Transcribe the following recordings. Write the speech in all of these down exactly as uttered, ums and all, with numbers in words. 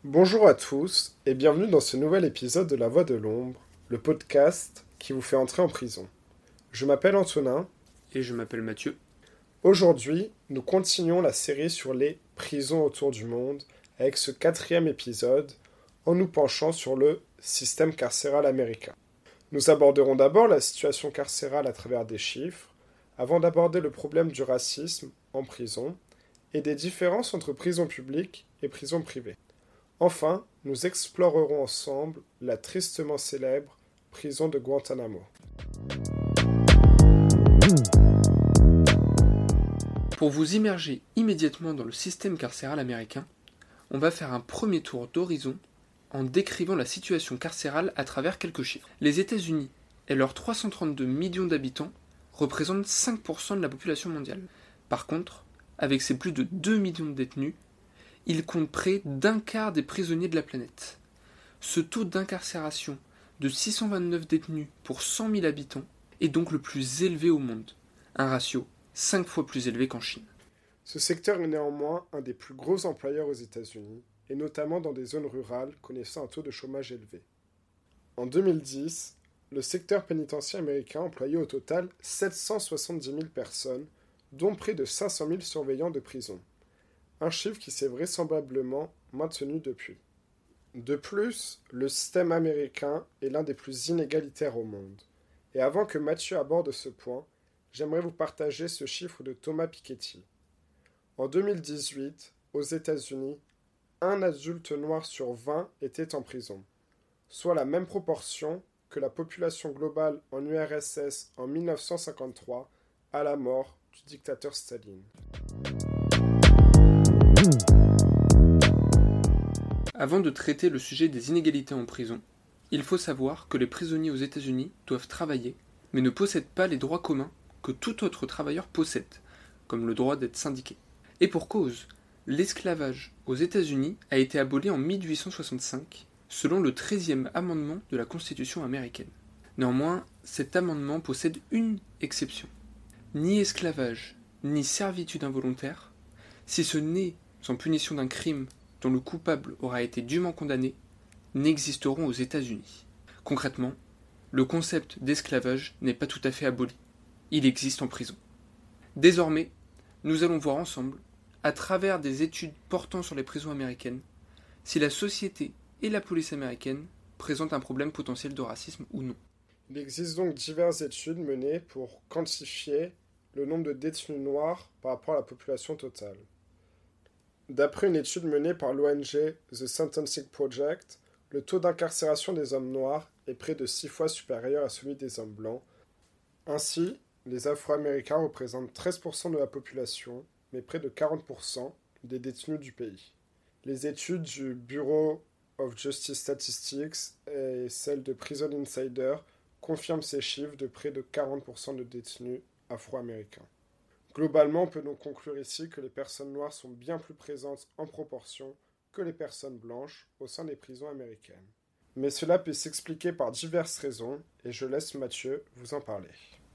Bonjour à tous et bienvenue dans ce nouvel épisode de La Voix de l'Ombre, le podcast qui vous fait entrer en prison. Je m'appelle Antonin. Et je m'appelle Mathieu. Aujourd'hui, nous continuons la série sur les prisons autour du monde avec ce quatrième épisode en nous penchant sur le système carcéral américain. Nous aborderons d'abord la situation carcérale à travers des chiffres, avant d'aborder le problème du racisme en prison et des différences entre prison publique et prison privée. Enfin, nous explorerons ensemble la tristement célèbre prison de Guantanamo. Pour vous immerger immédiatement dans le système carcéral américain, on va faire un premier tour d'horizon en décrivant la situation carcérale à travers quelques chiffres. Les États-Unis et leurs trois cent trente-deux millions d'habitants représentent cinq pour cent de la population mondiale. Par contre, avec ses plus de deux millions de détenus, il compte près d'un quart des prisonniers de la planète. Ce taux d'incarcération de six cent vingt-neuf détenus pour cent mille habitants est donc le plus élevé au monde, un ratio cinq fois plus élevé qu'en Chine. Ce secteur est néanmoins un des plus gros employeurs aux États-Unis, et notamment dans des zones rurales connaissant un taux de chômage élevé. En deux mille dix, le secteur pénitentiaire américain employait au total sept cent soixante-dix mille personnes, dont près de cinq cent mille surveillants de prison. Un chiffre qui s'est vraisemblablement maintenu depuis. De plus, le système américain est l'un des plus inégalitaires au monde. Et avant que Mathieu aborde ce point, j'aimerais vous partager ce chiffre de Thomas Piketty. En deux mille dix-huit, aux États-Unis, un adulte noir sur vingt était en prison, soit la même proportion que la population globale en U R S S en mille neuf cent cinquante-trois, à la mort du dictateur Staline. Avant de traiter le sujet des inégalités en prison, il faut savoir que les prisonniers aux États-Unis doivent travailler, mais ne possèdent pas les droits communs que tout autre travailleur possède, comme le droit d'être syndiqué. Et pour cause, l'esclavage aux États-Unis a été aboli en mille huit cent soixante-cinq, selon le treizième amendement de la Constitution américaine. Néanmoins, cet amendement possède une exception. Ni esclavage, ni servitude involontaire, si ce n'est sans punition d'un crime dont le coupable aura été dûment condamné, n'existeront aux États-Unis. Concrètement, le concept d'esclavage n'est pas tout à fait aboli. Il existe en prison. Désormais, nous allons voir ensemble, à travers des études portant sur les prisons américaines, si la société et la police américaine présentent un problème potentiel de racisme ou non. Il existe donc diverses études menées pour quantifier le nombre de détenus noirs par rapport à la population totale. D'après une étude menée par l'O N G The Sentencing Project, le taux d'incarcération des hommes noirs est près de six fois supérieur à celui des hommes blancs. Ainsi, les Afro-Américains représentent treize pour cent de la population, mais près de quarante pour cent des détenus du pays. Les études du Bureau of Justice Statistics et celles de Prison Insider confirment ces chiffres de près de quarante pour cent de détenus afro-américains. Globalement, on peut donc conclure ici que les personnes noires sont bien plus présentes en proportion que les personnes blanches au sein des prisons américaines. Mais cela peut s'expliquer par diverses raisons, et je laisse Mathieu vous en parler.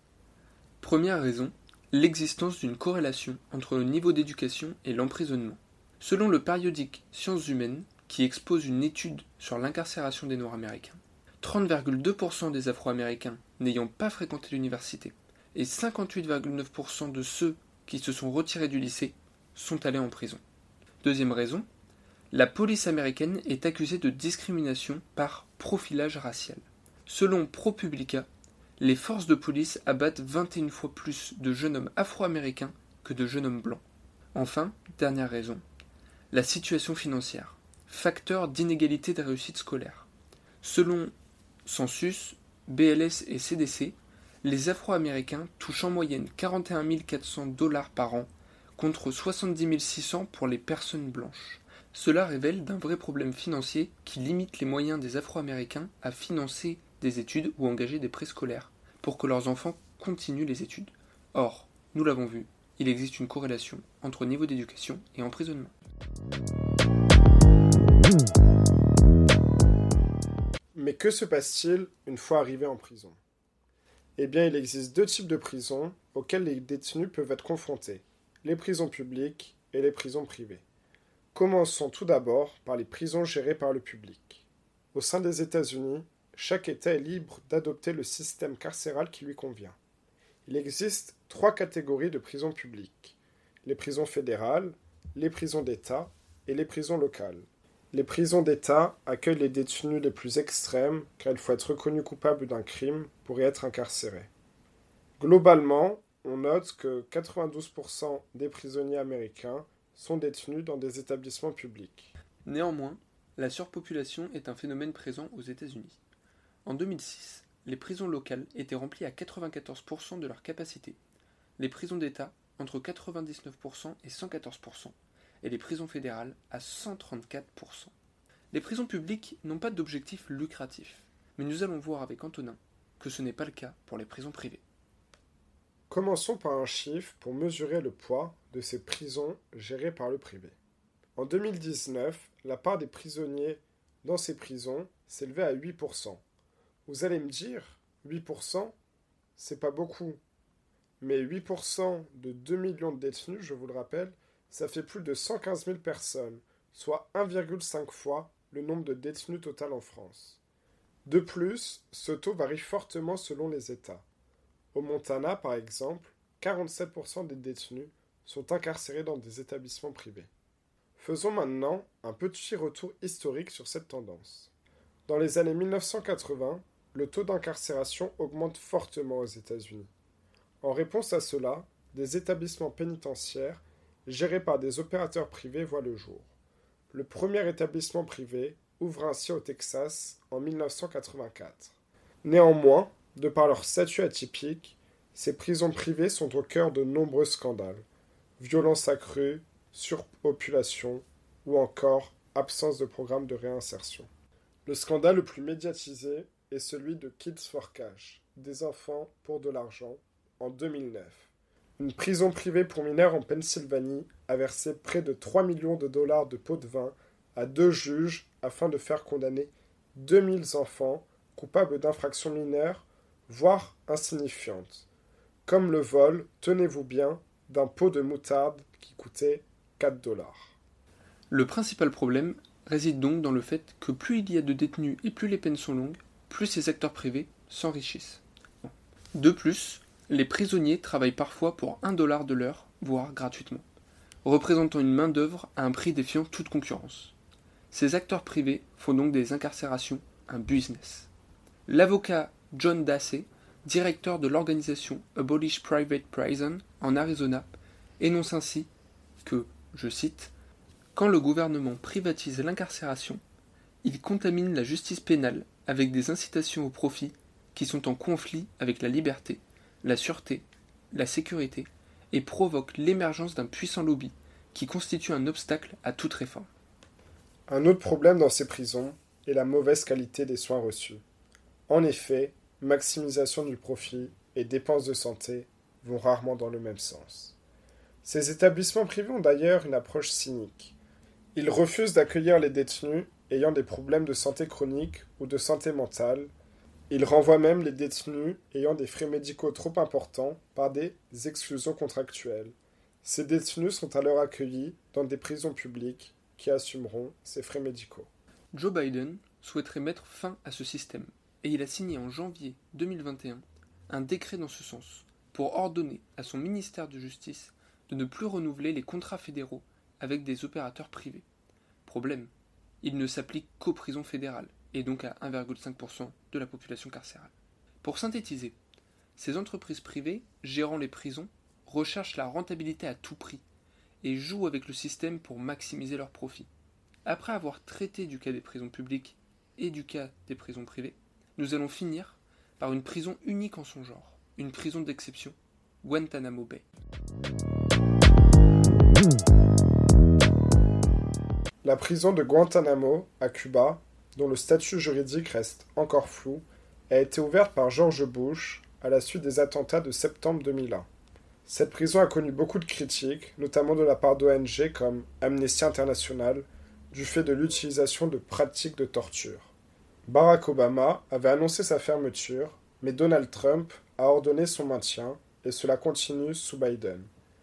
Première raison, l'existence d'une corrélation entre le niveau d'éducation et l'emprisonnement. Selon le périodique Sciences humaines, qui expose une étude sur l'incarcération des Noirs américains, trente virgule deux pour cent des Afro-Américains n'ayant pas fréquenté l'université et cinquante-huit virgule neuf pour cent de ceux qui se sont retirés du lycée sont allés en prison. Deuxième raison, la police américaine est accusée de discrimination par profilage racial. Selon ProPublica, les forces de police abattent vingt et une fois plus de jeunes hommes afro-américains que de jeunes hommes blancs. Enfin, dernière raison, la situation financière, facteur d'inégalité de réussite scolaire. Selon Census, B L S et C D C, les Afro-Américains touchent en moyenne quarante et un mille quatre cents dollars par an contre soixante-dix mille six cents pour les personnes blanches. Cela révèle d'un vrai problème financier qui limite les moyens des Afro-Américains à financer des études ou engager des préscolaires pour que leurs enfants continuent les études. Or, nous l'avons vu, il existe une corrélation entre niveau d'éducation et emprisonnement. Mais que se passe-t-il une fois arrivés en prison ? Eh bien, il existe deux types de prisons auxquelles les détenus peuvent être confrontés, les prisons publiques et les prisons privées. Commençons tout d'abord par les prisons gérées par le public. Au sein des États-Unis, chaque État est libre d'adopter le système carcéral qui lui convient. Il existe trois catégories de prisons publiques: les prisons fédérales, les prisons d'État et les prisons locales. Les prisons d'État accueillent les détenus les plus extrêmes car il faut être reconnu coupable d'un crime pour y être incarcéré. Globalement, on note que quatre-vingt-douze pour cent des prisonniers américains sont détenus dans des établissements publics. Néanmoins, la surpopulation est un phénomène présent aux États-Unis. En deux mille six, les prisons locales étaient remplies à quatre-vingt-quatorze pour cent de leur capacité, les prisons d'État entre quatre-vingt-dix-neuf pour cent et cent quatorze pour cent, et les prisons fédérales à cent trente-quatre pour cent. Les prisons publiques n'ont pas d'objectif lucratif, mais nous allons voir avec Antonin que ce n'est pas le cas pour les prisons privées. Commençons par un chiffre pour mesurer le poids de ces prisons gérées par le privé. En deux mille dix-neuf, la part des prisonniers dans ces prisons s'élevait à huit pour cent. Vous allez me dire, huit pour cent, c'est pas beaucoup. Mais huit pour cent de deux millions de détenus, je vous le rappelle, ça fait plus de cent quinze mille personnes, soit un virgule cinq fois le nombre de détenus total en France. De plus, ce taux varie fortement selon les États. Au Montana, par exemple, quarante-sept pour cent des détenus sont incarcérés dans des établissements privés. Faisons maintenant un petit retour historique sur cette tendance. Dans les années mille neuf cent quatre-vingts, le taux d'incarcération augmente fortement aux États-Unis. En réponse à cela, des établissements pénitentiaires gérés par des opérateurs privés voient le jour. Le premier établissement privé ouvre ainsi au Texas en mille neuf cent quatre-vingt-quatre. Néanmoins, de par leur statut atypique, ces prisons privées sont au cœur de nombreux scandales. Violence accrue, surpopulation ou encore absence de programme de réinsertion. Le scandale le plus médiatisé est celui de Kids for Cash, des enfants pour de l'argent, en deux mille neuf. Une prison privée pour mineurs en Pennsylvanie a versé près de trois millions de dollars de pots de vin à deux juges afin de faire condamner deux mille enfants coupables d'infractions mineures, voire insignifiantes, comme le vol, tenez-vous bien, d'un pot de moutarde qui coûtait quatre dollars. Le principal problème réside donc dans le fait que plus il y a de détenus et plus les peines sont longues, plus ces acteurs privés s'enrichissent. De plus, les prisonniers travaillent parfois pour un dollar de l'heure, voire gratuitement, représentant une main-d'œuvre à un prix défiant toute concurrence. Ces acteurs privés font donc des incarcérations un business. L'avocat John Dassey, directeur de l'organisation Abolish Private Prison en Arizona, énonce ainsi que, je cite, « Quand le gouvernement privatise l'incarcération, il contamine la justice pénale avec des incitations au profit qui sont en conflit avec la liberté, la sûreté, la sécurité et provoque l'émergence d'un puissant lobby qui constitue un obstacle à toute réforme. » Un autre problème dans ces prisons est la mauvaise qualité des soins reçus. En effet, maximisation du profit et dépenses de santé vont rarement dans le même sens. Ces établissements privés ont d'ailleurs une approche cynique. Ils refusent d'accueillir les détenus ayant des problèmes de santé chronique ou de santé mentale. Ils renvoient même les détenus ayant des frais médicaux trop importants par des exclusions contractuelles. Ces détenus sont alors accueillis dans des prisons publiques qui assumeront ces frais médicaux. Joe Biden souhaiterait mettre fin à ce système et il a signé en janvier deux mille vingt et un un décret dans ce sens pour ordonner à son ministère de Justice de ne plus renouveler les contrats fédéraux avec des opérateurs privés. Problème, il ne s'applique qu'aux prisons fédérales et donc à un virgule cinq pour cent de la population carcérale. Pour synthétiser, ces entreprises privées gérant les prisons recherchent la rentabilité à tout prix et jouent avec le système pour maximiser leurs profits. Après avoir traité du cas des prisons publiques et du cas des prisons privées, nous allons finir par une prison unique en son genre, une prison d'exception, Guantanamo Bay. La prison de Guantanamo, à Cuba, dont le statut juridique reste encore flou, a été ouverte par George Bush à la suite des attentats de septembre deux mille un. Cette prison a connu beaucoup de critiques, notamment de la part d'O N G comme Amnesty International, du fait de l'utilisation de pratiques de torture. Barack Obama avait annoncé sa fermeture, mais Donald Trump a ordonné son maintien, et cela continue sous Biden.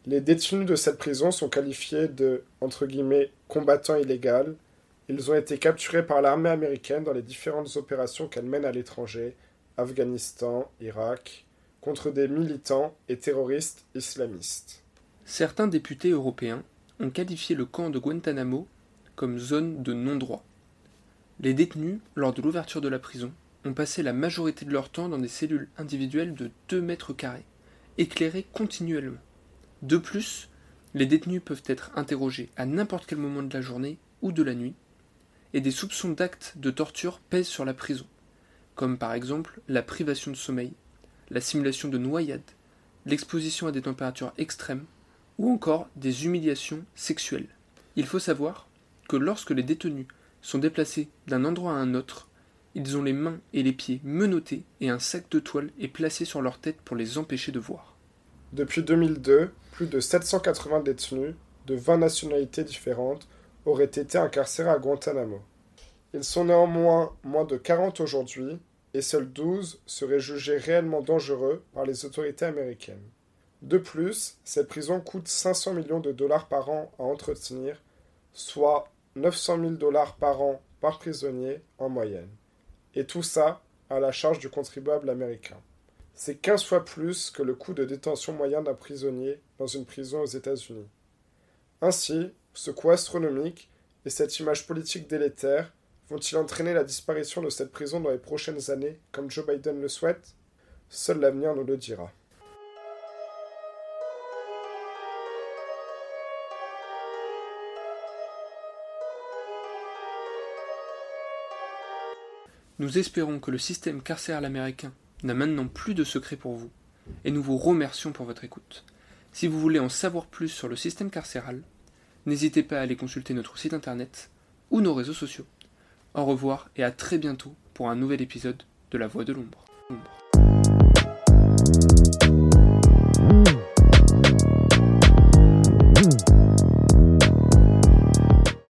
Les détenus de cette prison sont qualifiés de, entre guillemets, combattants illégaux. Ils ont été capturés par l'armée américaine dans les différentes opérations qu'elle mène à l'étranger, Afghanistan, Irak, contre des militants et terroristes islamistes. Certains députés européens ont qualifié le camp de Guantanamo comme zone de non-droit. Les détenus, lors de l'ouverture de la prison, ont passé la majorité de leur temps dans des cellules individuelles de deux mètres carrés, éclairées continuellement. De plus, les détenus peuvent être interrogés à n'importe quel moment de la journée ou de la nuit, et des soupçons d'actes de torture pèsent sur la prison, comme par exemple la privation de sommeil, la simulation de noyade, l'exposition à des températures extrêmes, ou encore des humiliations sexuelles. Il faut savoir que lorsque les détenus sont déplacés d'un endroit à un autre, ils ont les mains et les pieds menottés et un sac de toile est placé sur leur tête pour les empêcher de voir. Depuis deux mille deux, plus de sept cent quatre-vingts détenus, de vingt nationalités différentes, auraient été incarcérés à Guantanamo. Ils sont néanmoins moins de quarante aujourd'hui, et seuls douze seraient jugés réellement dangereux par les autorités américaines. De plus, cette prison coûte cinq cents millions de dollars par an à entretenir, soit neuf cent mille dollars par an par prisonnier en moyenne. Et tout ça à la charge du contribuable américain. C'est quinze fois plus que le coût de détention moyen d'un prisonnier dans une prison aux États-Unis. Ainsi, ce coût astronomique et cette image politique délétère vont-ils entraîner la disparition de cette prison dans les prochaines années, comme Joe Biden le souhaite ? Seul l'avenir nous le dira. Nous espérons que le système carcéral américain n'a maintenant plus de secret pour vous, et nous vous remercions pour votre écoute. Si vous voulez en savoir plus sur le système carcéral, n'hésitez pas à aller consulter notre site internet ou nos réseaux sociaux. Au revoir et à très bientôt pour un nouvel épisode de La Voix de l'Ombre.